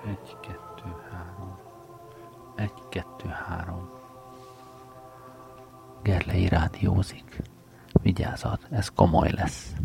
Egy, kettő, három. Egy, kettő, három. Gerlei rádiózik. Vigyázat, ez komoly lesz.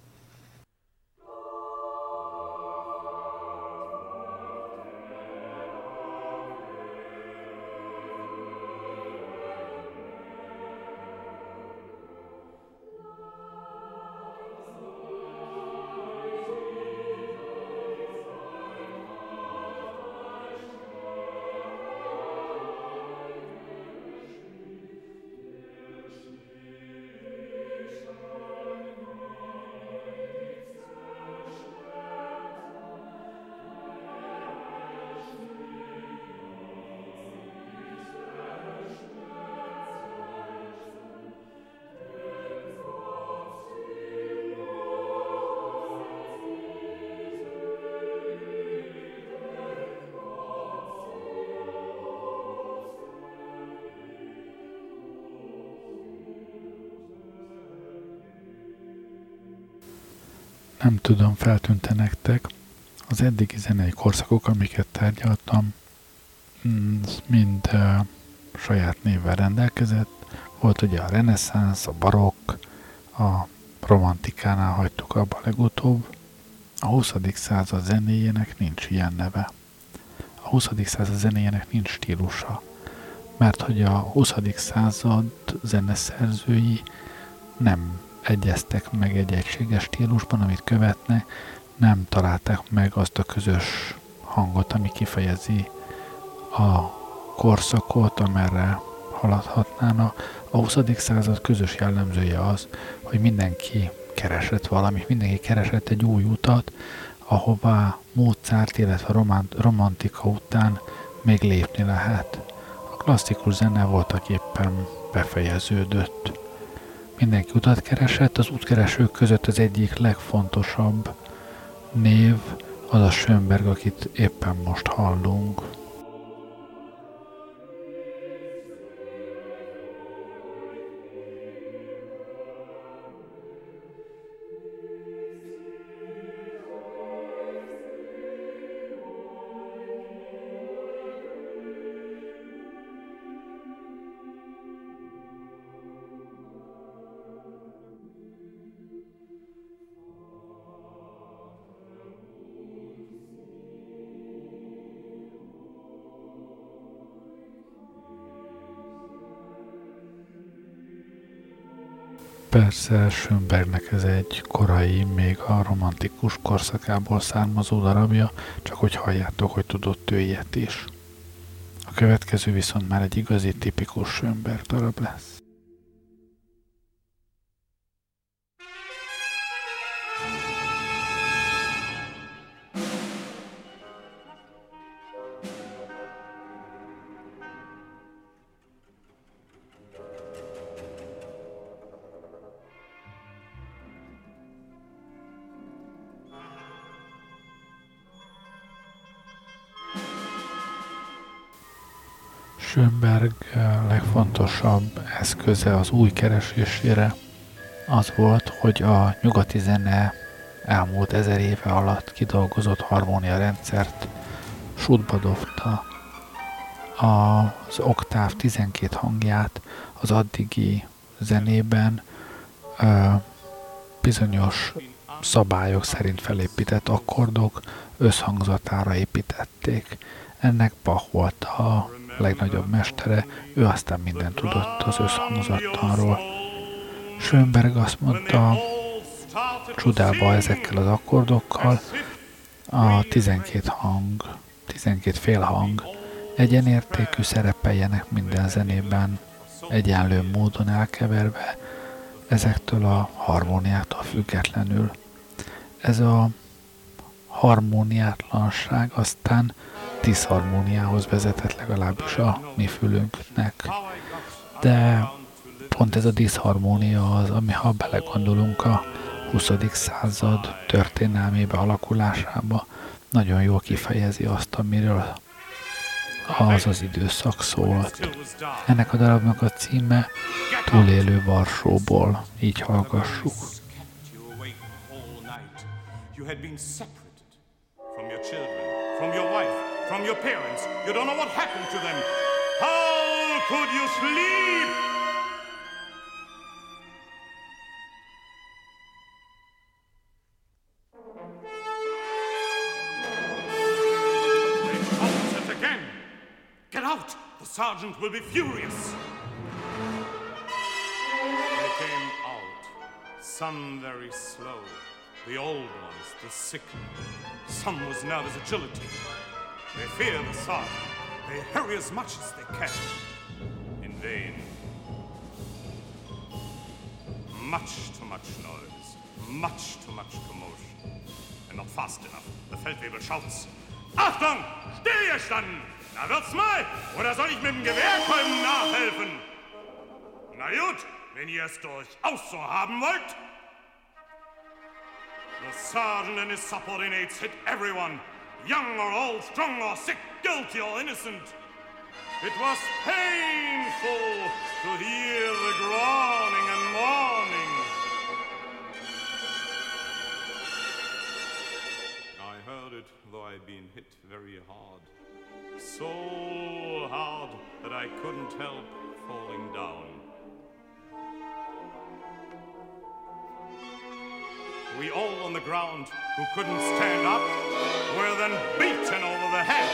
Nem tudom, feltűnte nektek, az eddigi zenei korszakok, amiket tárgyaltam, mind saját névvel rendelkezett. Volt ugye a reneszánsz, a barokk, a romantikánál hagytuk abba legutóbb. A 20. század zenéjének nincs ilyen neve. A 20. század zenéjének nincs stílusa, mert hogy a 20. század zeneszerzői nem egyeztek meg egy egységes stílusban, amit követnek, nem találták meg azt a közös hangot, ami kifejezi a korszakot, amerre haladhatnának. A 20. század közös jellemzője az, hogy mindenki keresett valamit, mindenki keresett egy új utat, ahová Mozart, illetve a romantika után még lépni lehet. A klasszikus zene voltak éppen befejeződött. Mindenki utat keresett, az útkeresők között az egyik legfontosabb név az a Schönberg, akit éppen most hallunk. Persze Schönbergnek ez egy korai, még a romantikus korszakából származó darabja, csak hogy halljátok, hogy tudott ő ilyet is. A következő viszont már egy igazi, tipikus Schönberg darab lesz. Schönberg legfontosabb eszköze az új keresésére az volt, hogy a nyugati zene elmúlt 1000 éve alatt kidolgozott harmóniarendszert sútba dobta. Az oktáv 12 hangját az addigi zenében bizonyos szabályok szerint felépített akkordok összhangzatára építették. Ennek Bach volt a legnagyobb mestere, ő aztán mindent tudott az összhangzattanról. Schönberg azt mondta, csodálva ezekkel az akkordokkal, a 12 hang, 12 félhang egyenértékű szerepeljenek minden zenében, egyenlő módon elkeverve, ezektől a harmóniától függetlenül. Ez a harmóniátlanság aztán diszharmóniához vezetett, legalábbis a mi fülünknek. De pont ez a diszharmónia az, ami, ha belegondolunk a 20. század történelmébe, alakulásába, nagyon jól kifejezi azt, amiről az időszak szólt. Ennek a darabnak a címe Túlélő Varsóból, így hallgassuk. You had been separated from your children, from your wife, from your parents. You don't know what happened to them. How could you sleep? They shouted again. Get out! The sergeant will be furious. They came out, some very slow. The old ones, the sick. Some was nervous agility. They fear the sergeant. They hurry as much as they can. In vain. Much too much noise. Much too much commotion. And not fast enough. The Feldwebel shouts. Achtung! Stillgestanden! Na wird's mal! Oder soll ich mit dem Gewehrkolben nachhelfen? Na gut, wenn ihr es durchaus so haben wollt. The sergeant and his subordinates hit everyone, young or old, strong or sick, guilty or innocent. It was painful to hear the groaning and mourning. I heard it, though I'd been hit very hard. So hard that I couldn't help falling down. We all on the ground who couldn't stand up were then beaten over the head.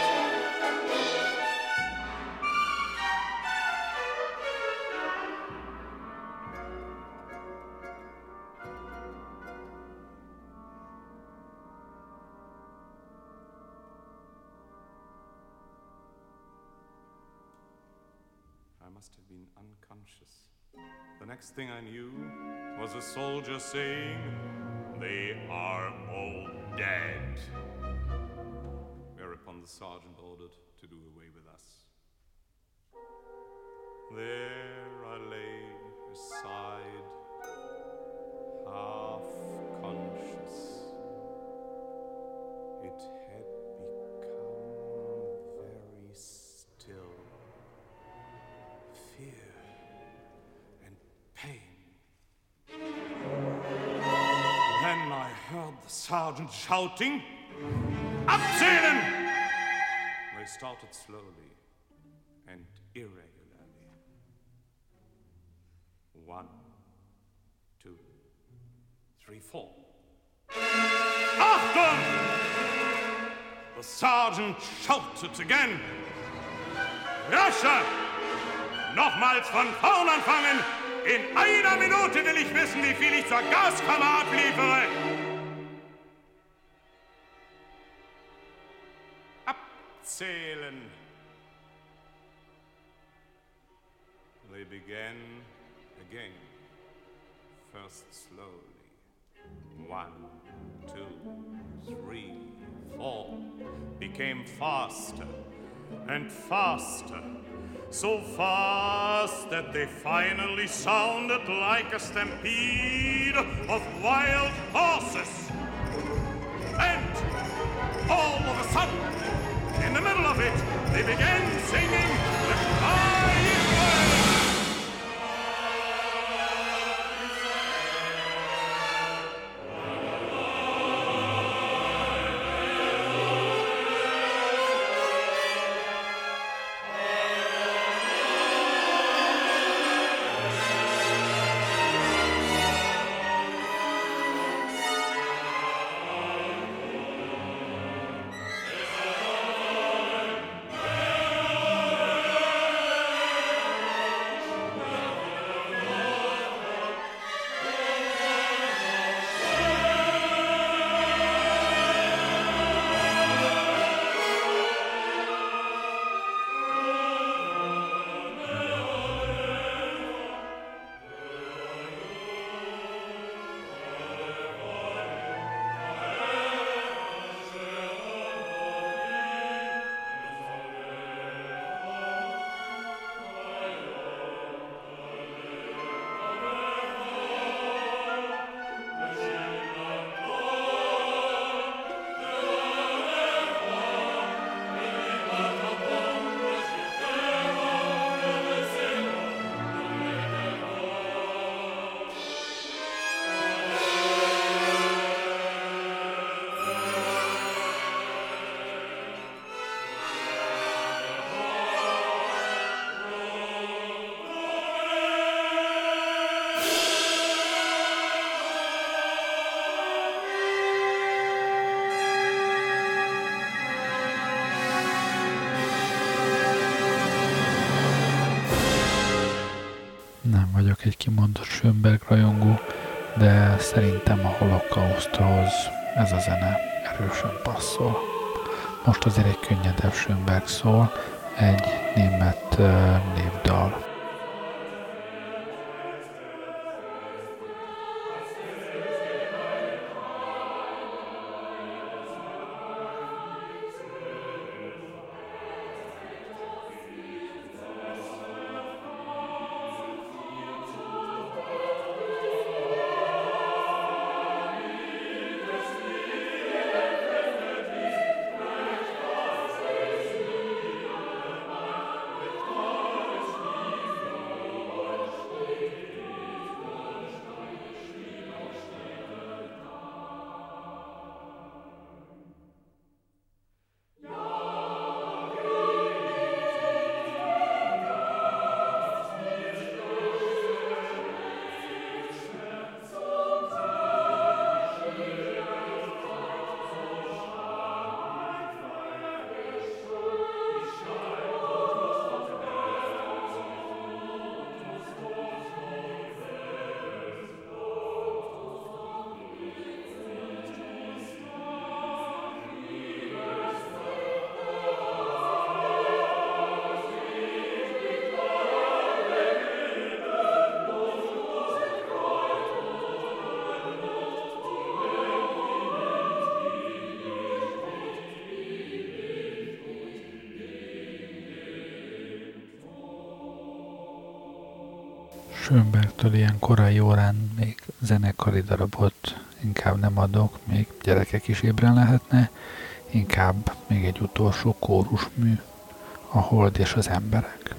I must have been unconscious. The next thing I knew was a soldier saying, "They are all dead." Whereupon the sergeant ordered to do away with us. There I lay aside, half conscious. It had become very still. Fear and pain. Then I heard the sergeant shouting, "Abzählen!" They started slowly and irregularly. 1, 2, 3, 4. Achtung! The sergeant shouted again. Rascher! Nochmals von vorn anfangen! In einer Minute will ich wissen, wie viel ich zur Gaskammer abliefere. Abzählen. They began again. First slowly. 1, 2, 3, 4. Became faster and faster. So fast that they finally sounded like a stampede of wild horses. And all of a sudden, in the middle of it, they began singing the Flying Bird. egy kimondott Schönberg rajongó, de szerintem a Holokauszthoz ez a zene erősen passzol. Most azért egy könnyedebb Schönberg szól, egy német népdal. Schönbergtől ilyen korai órán még zenekari darabot inkább nem adok, még gyerekek is ébren lehetne, inkább még egy utolsó kórusmű, a hold és az emberek.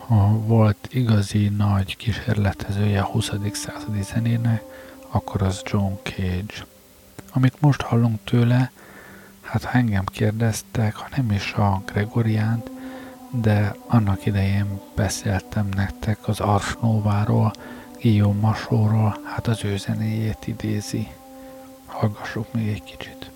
volt igazi nagy kísérletezője a 20. századi zenének, akkor az John Cage. Amit most hallunk tőle, hát ha engem kérdeztek, ha nem is a Gregoriánt, de annak idején beszéltem nektek az Ars Nováról, Guillaume Marchóról, hát az ő zenéjét idézi. Hallgassuk még egy kicsit.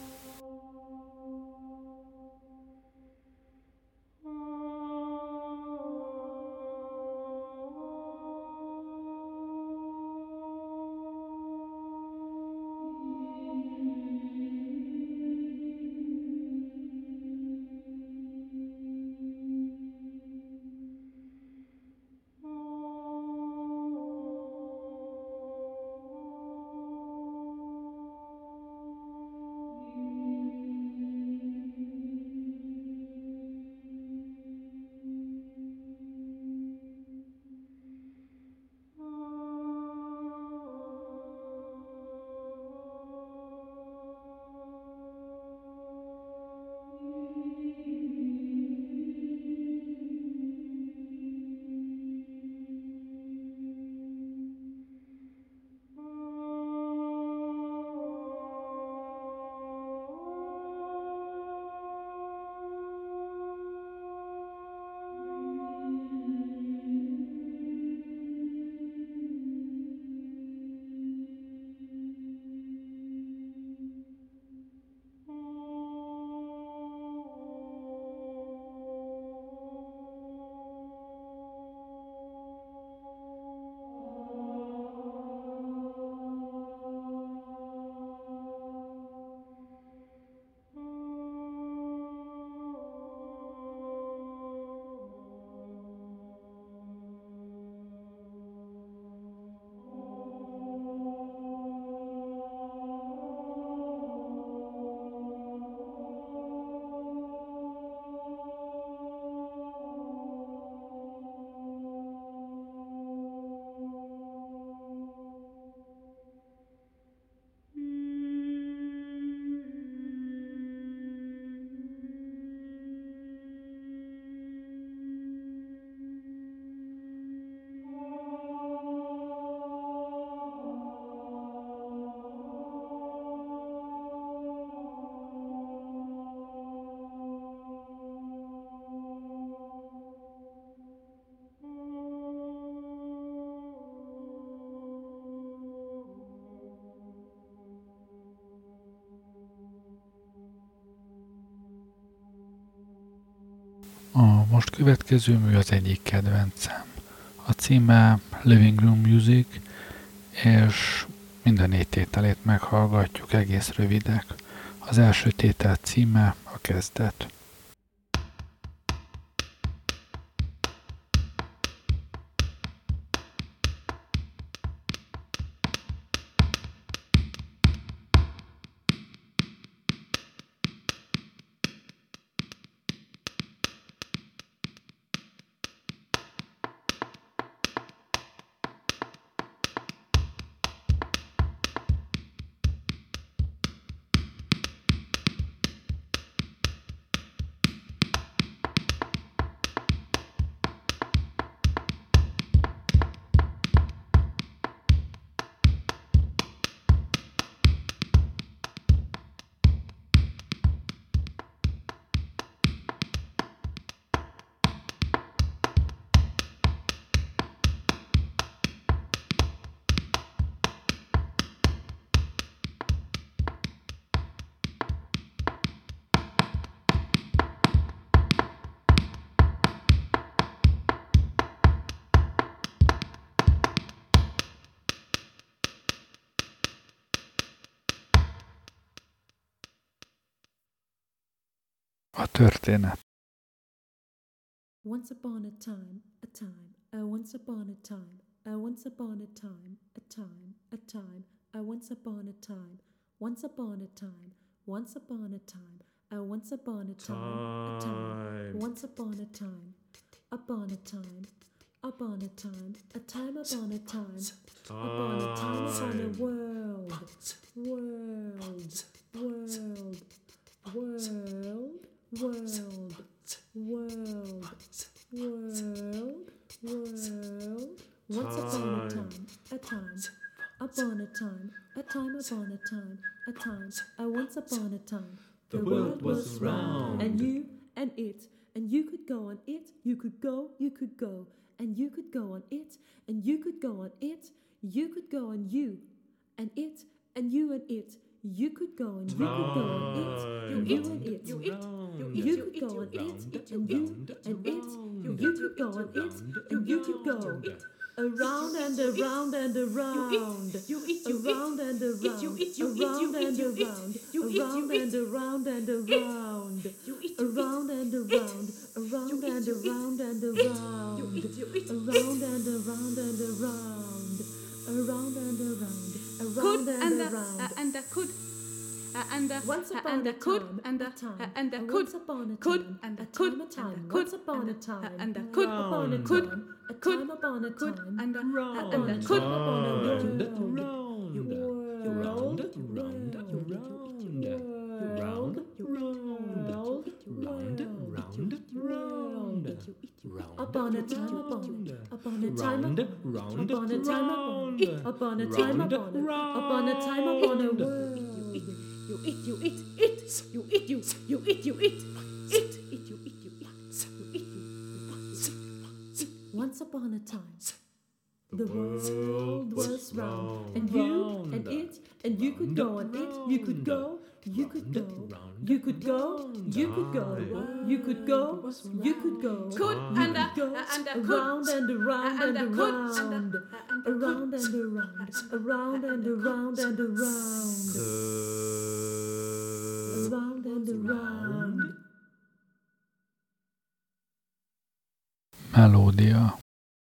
A most következő mű az egyik kedvencem. A címe Living Room Music, és minden 4 tételét meghallgatjuk, egész rövidek. Az első tétel címe a kezdet. A történet. Once upon a time, once upon a time, once upon a time, once upon a time, once upon a time, once upon a time, once upon a time, once upon a time, upon a time, upon a time, a time upon a time, upon a time upon a world, world, world, world, world, world, world, The world was round. And you and it, and you could go on it, you could go, and you could go on it, and you could go on it, you could go on you, and it, and you and it, you could go and you could go on it, and you and it, you could go on it, and you and it, you could go on it, and you could go. Around and around and around, around and around, around and around, around and around, around and around, around and around, around and around and around, around and around and around and around, around and around, and I could. And once upon a could time, and a time, and once upon a could time, and a could time, a time, could once upon a time, and could could upon a could time, a time upon a could time, and upon a and time could upon a world, upon a time upon a time upon a time upon a time upon a time upon a world. You eat you eat once upon a time the world was round, and you and it, and you could go on it, you could go, you could go, you could go, you could go, you could go, you could go, could and go around and around and around, around and around, around and around and around, around and around. Melódia.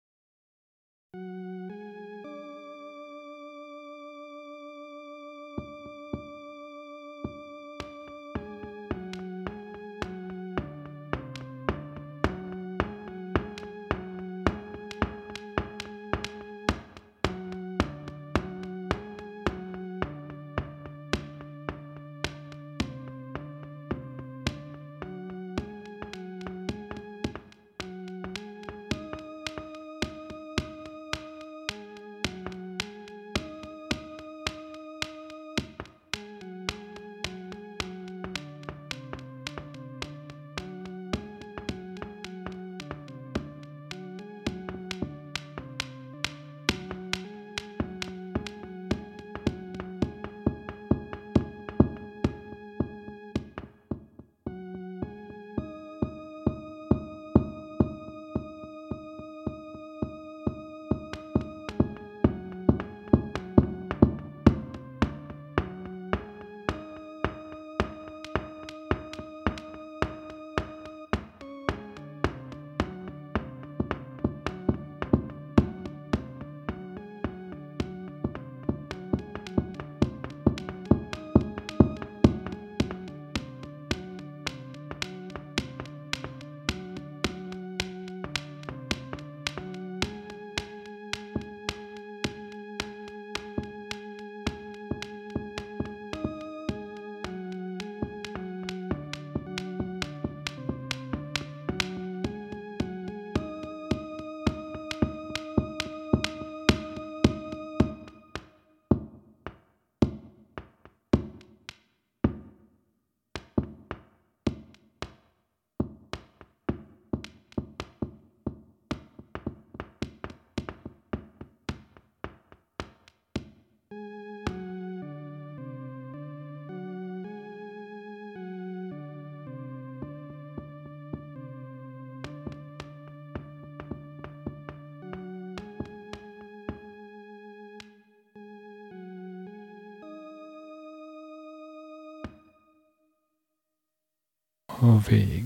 Végig.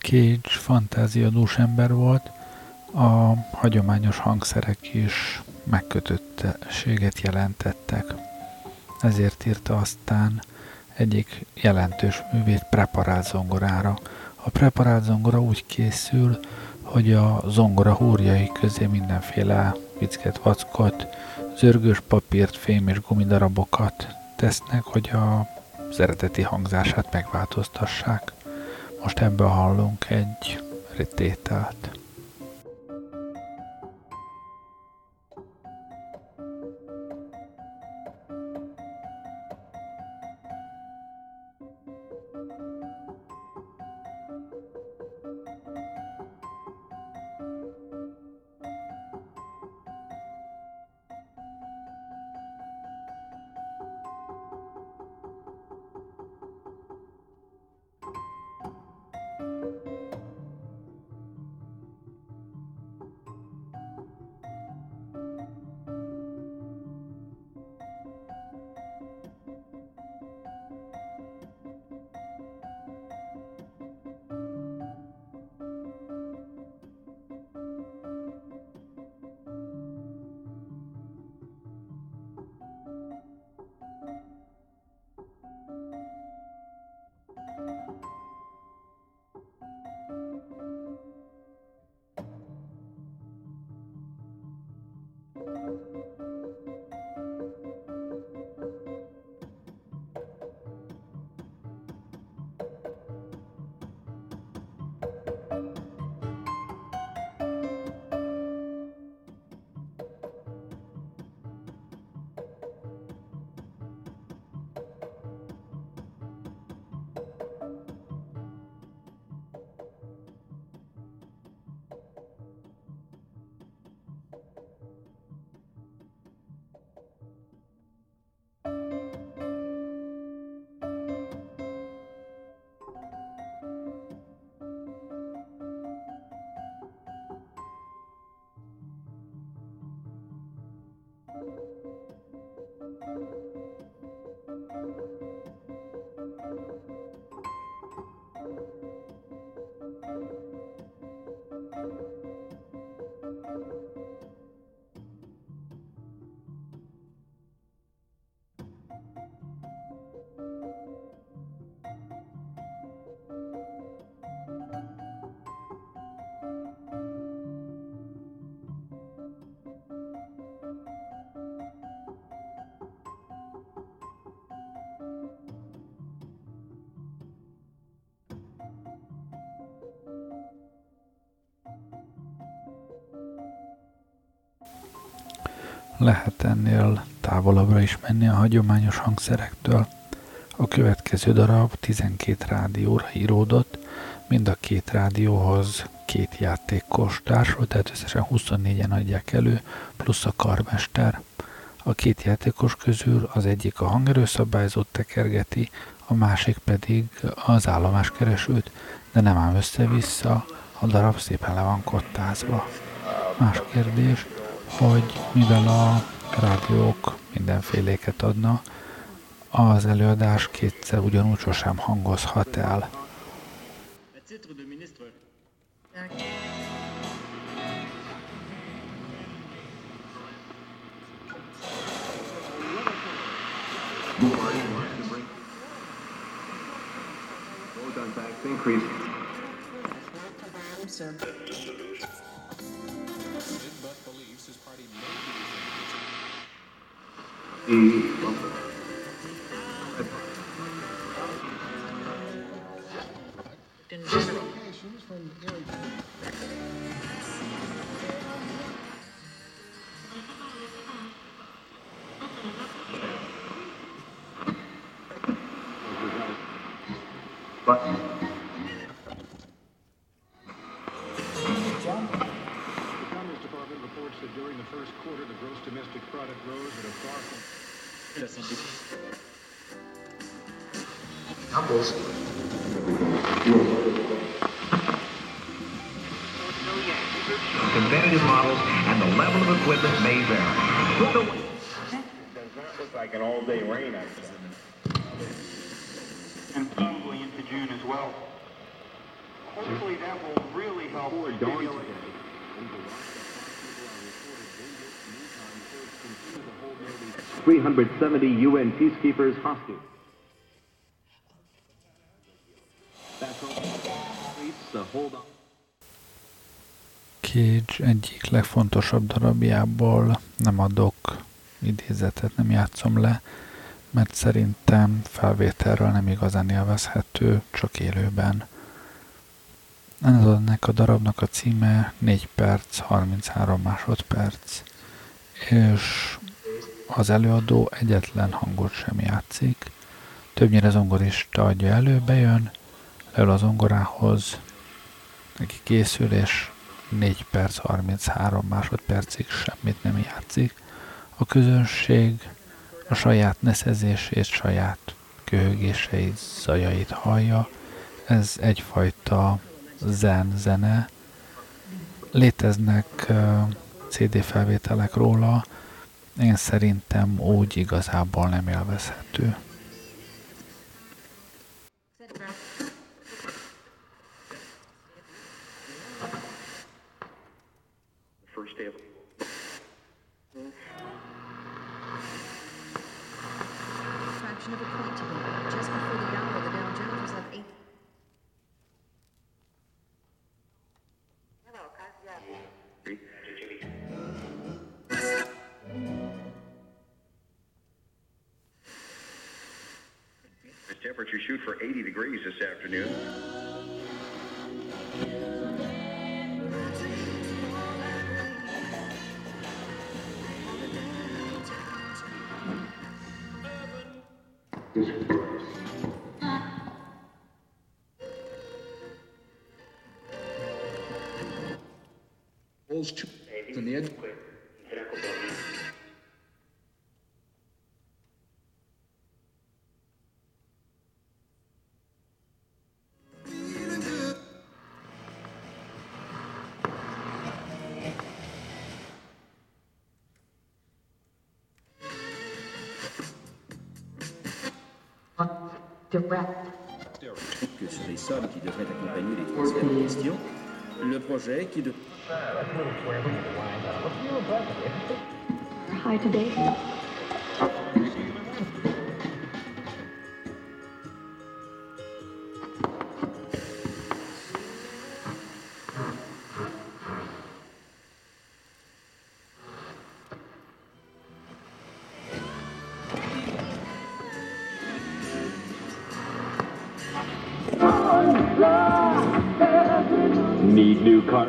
Cage fantáziadús ember volt, a hagyományos hangszerek is megkötöttséget jelentettek. Ezért írta aztán egyik jelentős művét preparált zongorára. A preparált zongora úgy készül, hogy a zongora húrjai közé mindenféle viccket, vackot, zörgős papírt, fém és gumidarabokat tesznek, hogy az eredeti hangzását megváltoztassák. Most ebből hallunk egy tételt. Lehet ennél távolabbra is menni a hagyományos hangszerektől. A következő darab 12 rádióra íródott, mind a két rádióhoz két játékos társult, tehát összesen 24-en adják elő, plusz a karmester. A két játékos közül az egyik a hangerőszabályzót tekergeti, a másik pedig az állomáskeresőt, de nem ám össze-vissza, a darab szépen le van kottázva. Más kérdés, hogy mivel a rádiók mindenféléket adna, az előadás kétszer ugyanúgy sosem hangozhat el. Competitive models and the level of equipment may vary. Does not look like an all-day rain outside. And probably into June as well. Hopefully that will really help stimulate. 370 UN peacekeepers hostage. Hold on. Cage egyik legfontosabb darabjából nem adok idézetet, nem játszom le, mert szerintem felvételről nem igazán élvezhető, csak élőben. Ennek a darabnak a címe 4 perc, 33 másodperc, és az előadó egyetlen hangot sem játszik, többnyire zongorista adja elő, bejön, leül a zongorához, neki készül, és 4 perc, 33 másodpercig semmit nem játszik. A közönség a saját neszezését, saját köhögéseit, zajait hallja. Ez egyfajta zene. Léteznek CD felvételek róla, én szerintem úgy igazából nem élvezhető. First day of fraction of a point today. Just before the hour, the Dow Jones was up 8. The temperature shoot for 80 degrees this afternoon. In the edge. Direct. Que sur les sommes qui devraient accompagner les transferts en question, le projet qui de... High today. Need new car.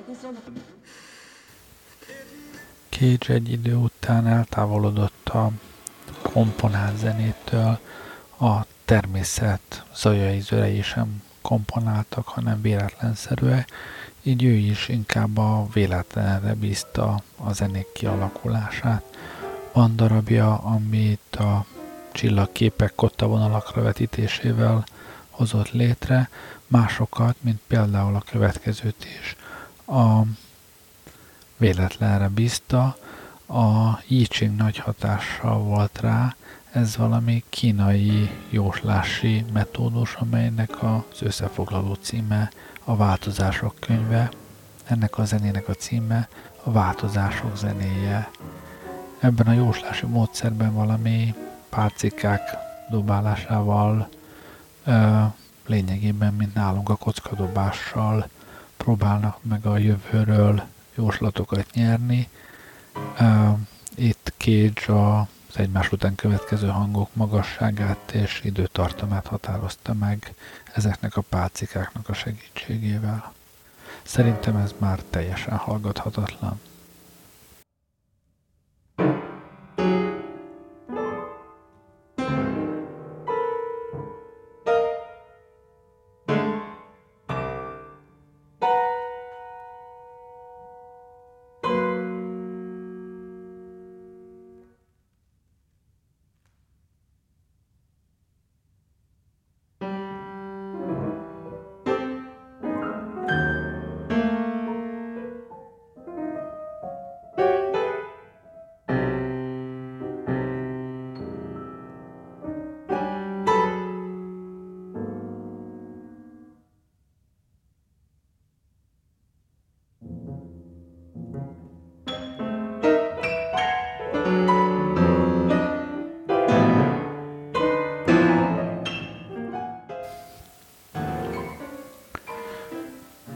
Cage egy idő után eltávolodott a komponált zenétől, a természet zajai, zörei sem komponáltak, hanem véletlenszerűek, így ő is inkább a véletlenre bízta a zenék kialakulását. Van darabja, amit a csillagképek kottavonalakra vetítésével hozott létre, másokat, mint például a következőt is, a véletlenre bízta, a I Ching nagy hatással volt rá, ez valami kínai jóslási metódus, amelynek az összefoglaló címe a Változások könyve, ennek a zenének a címe a Változások zenéje. Ebben a jóslási módszerben valami pálcikák dobálásával, lényegében, mint nálunk a kockadobással próbálnak meg a jövőről jóslatokat nyerni. Itt Cage az egymás után következő hangok magasságát és időtartamát határozta meg ezeknek a pálcikáknak a segítségével. Szerintem ez már teljesen hallgathatatlan.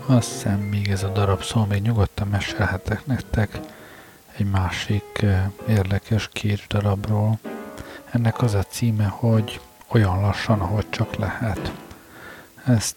Azt hiszem, még ez a darab szól, még nyugodtan mesélhetek nektek egy másik érdekes Cage darabról. Ennek az a címe, hogy Olyan lassan, ahogy csak lehet. Ezt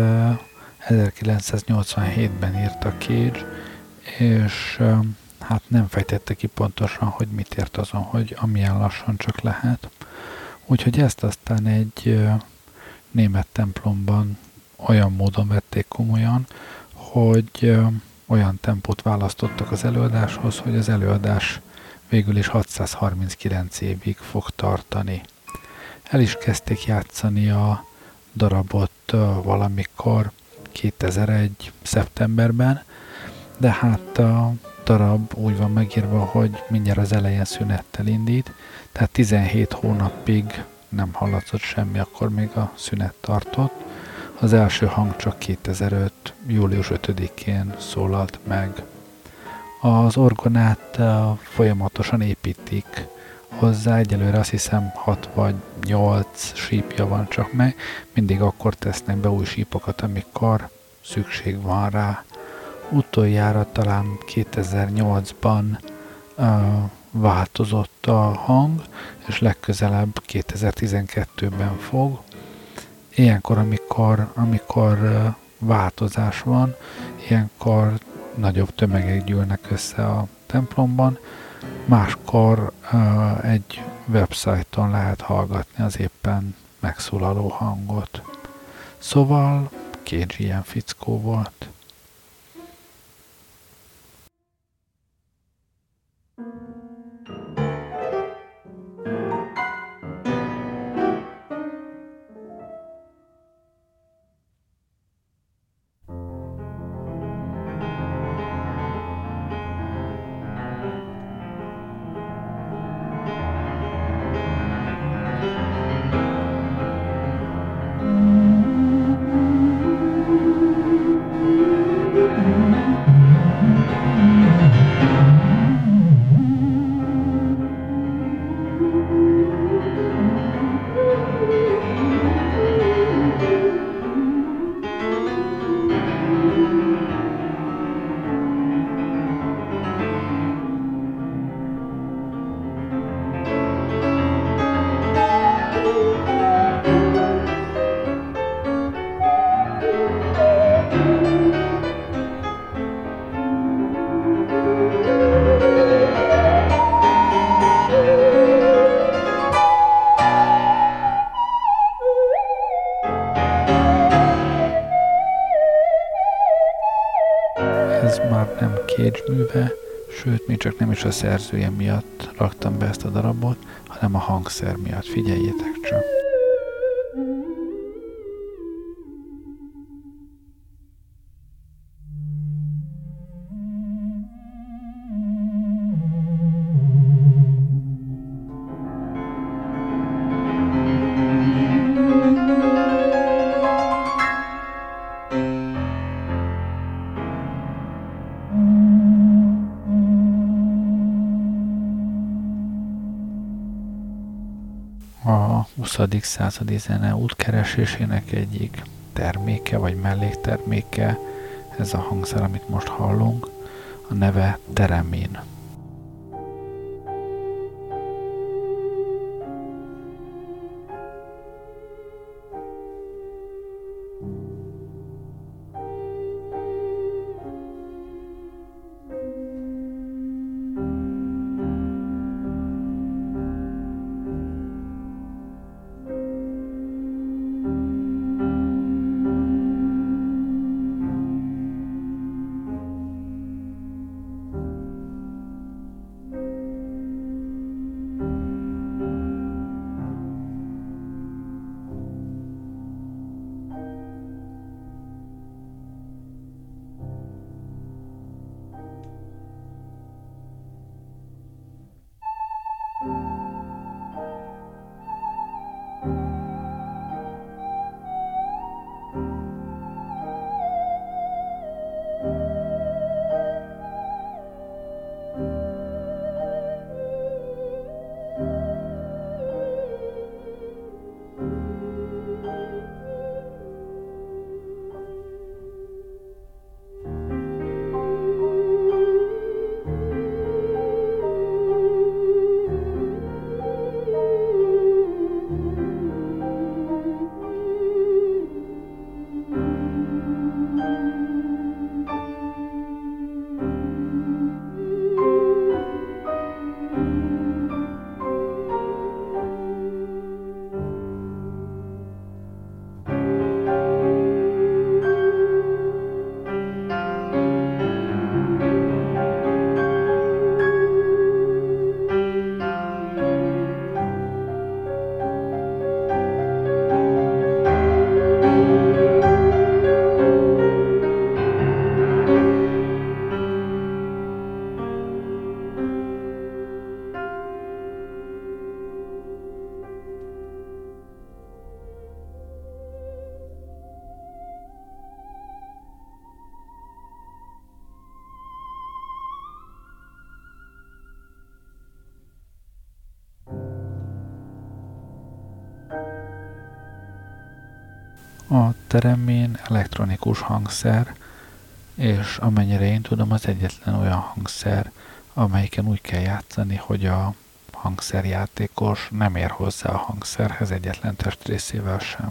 1987-ben írta Cage, és hát nem fejtette ki pontosan, hogy mit ért azon, hogy amilyen lassan csak lehet. Úgyhogy ezt aztán egy német templomban olyan módon vették komolyan, hogy olyan tempót választottak az előadáshoz, hogy az előadás végül is 639 évig fog tartani. El is kezdték játszani a darabot valamikor 2001. szeptemberben, de hát a darab úgy van megírva, hogy mindjárt az elején szünettel indít, tehát 17 hónapig nem hallatszott semmi, akkor még a szünet tartott. Az első hang csak 2005. július 5-én szólalt meg. Az orgonát folyamatosan építik hozzá, egyelőre azt hiszem 6 vagy 8 sípja van csak meg, mindig akkor tesznek be új sípokat, amikor szükség van rá. Utoljára talán 2008-ban változott a hang, és legközelebb 2012-ben fog. Ilyenkor, amikor változás van, ilyenkor nagyobb tömegek gyűlnek össze a templomban, máskor egy websájton lehet hallgatni az éppen megszólaló hangot. Szóval Cage ilyen fickó volt. Ez már nem Cage műve, sőt, még csak nem is a szerzője miatt raktam be ezt a darabot, hanem a hangszer miatt. Figyeljétek csak! A 20. századi zene útkeresésének egyik terméke vagy mellékterméke, ez a hangszer, amit most hallunk, a neve theremin. A teremén elektronikus hangszer, és amennyire én tudom, az egyetlen olyan hangszer, amelyiken úgy kell játszani, hogy a hangszerjátékos nem ér hozzá a hangszerhez egyetlen testrészével sem.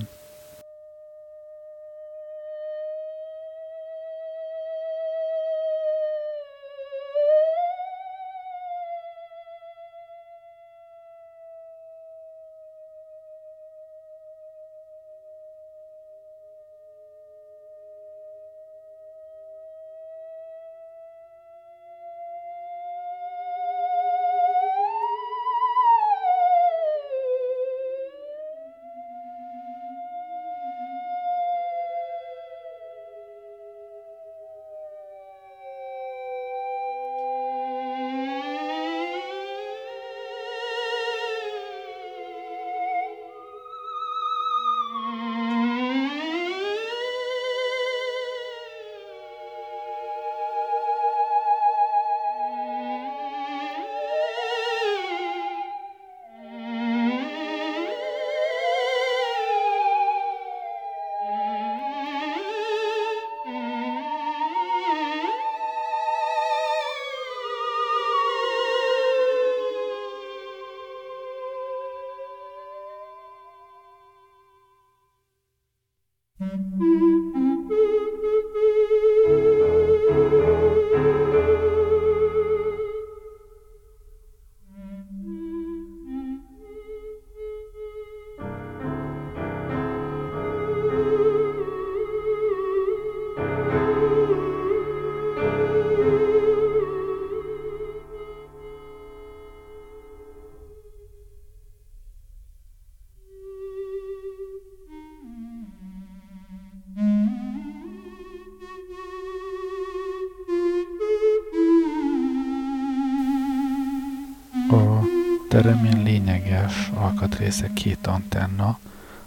A teremén lényeges alkatrésze két antenna,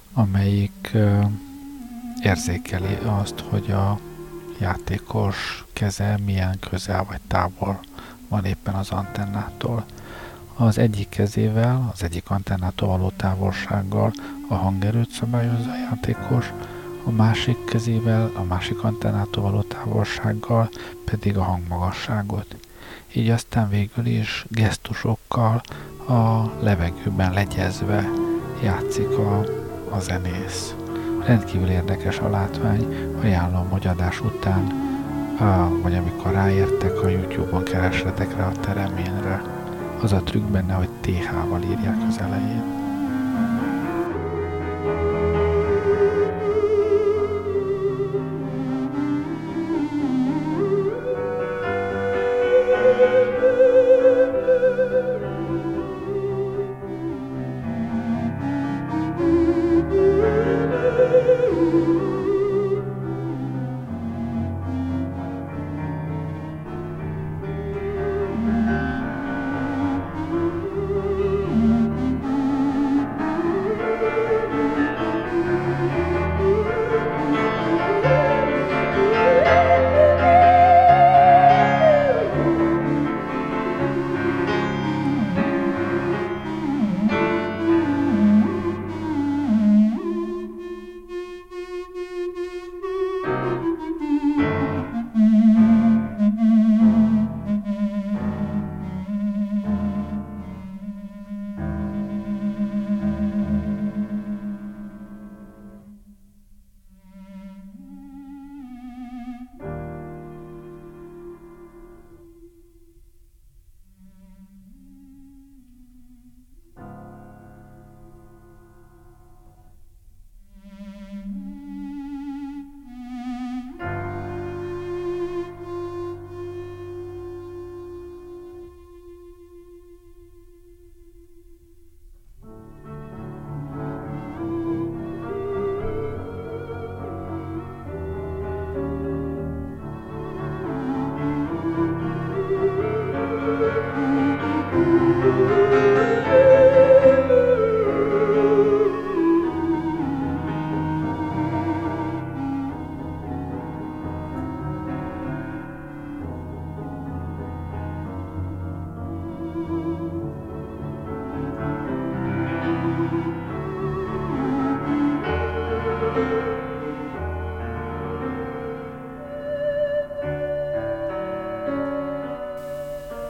amelyik érzékeli azt, hogy a játékos keze milyen közel vagy távol van éppen az antennától. Az egyik kezével, az egyik antennától való távolsággal a hangerőt szabályozza a játékos, a másik kezével, a másik antennától való távolsággal pedig a hangmagasságot. Így aztán végül is gesztusokkal a levegőben legyezve játszik a zenész. Rendkívül érdekes a látvány, ajánlom, hogy adás után, vagy amikor ráértek, a YouTube-on keressetek rá a tereménre. Az a trükk benne, hogy TH-val írják az elején.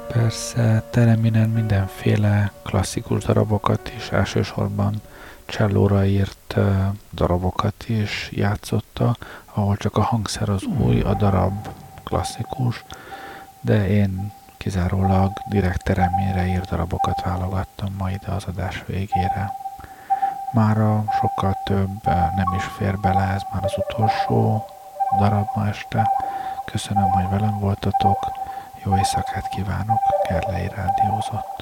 Persze Teleminen mindenféle klasszikus darabokat is, elsősorban csellóra írt darabokat is játszotta, ahol csak a hangszer az új, a darab klasszikus, de én kizárólag direkt Tereminre írt darabokat válogattam ma ide az adás végére. Mára sokkal több nem is fér bele, ez már az utolsó darab ma este. Köszönöm, hogy velem voltatok, jó éjszakát kívánok, Gerlei rádiózott.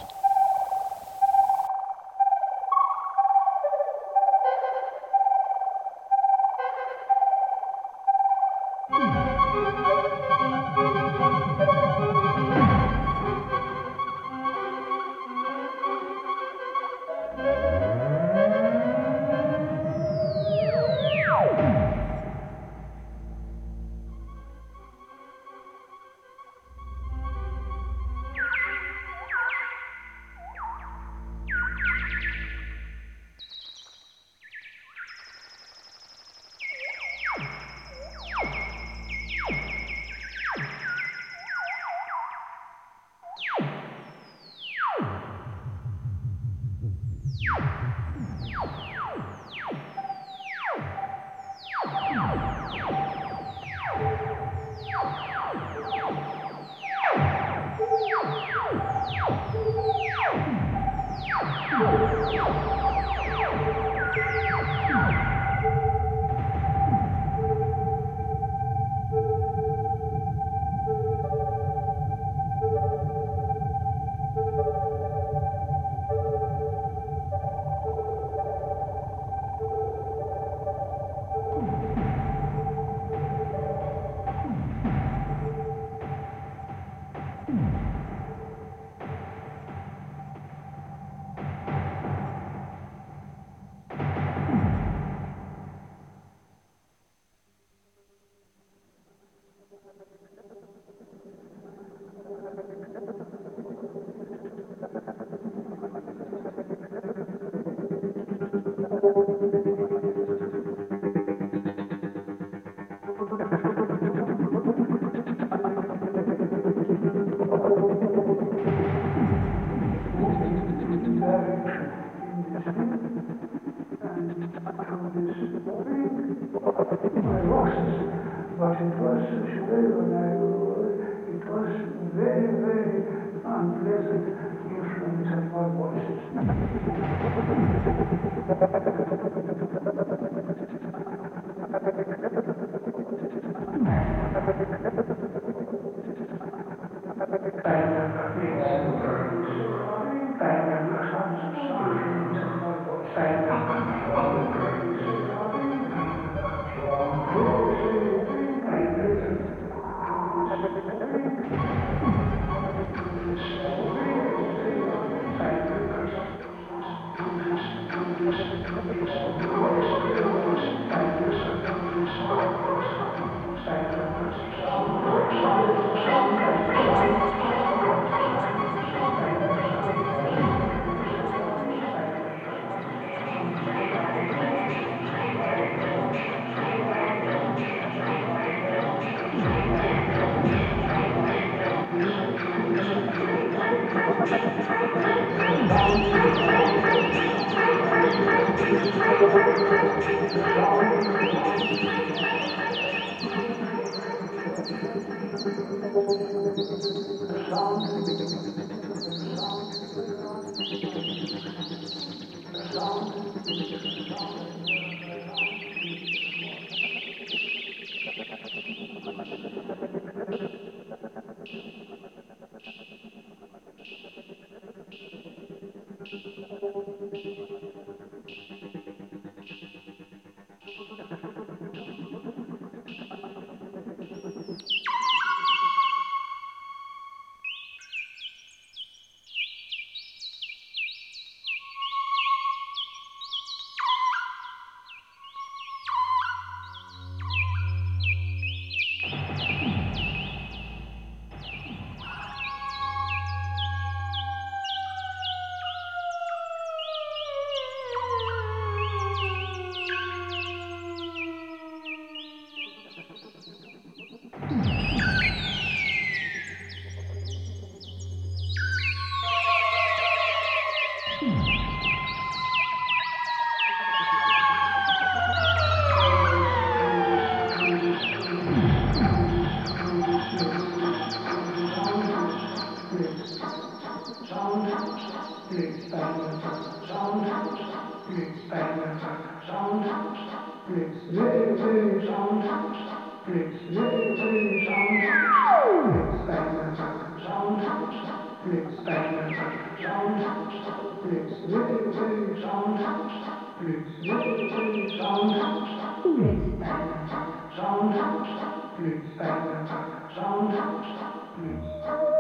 Blitz,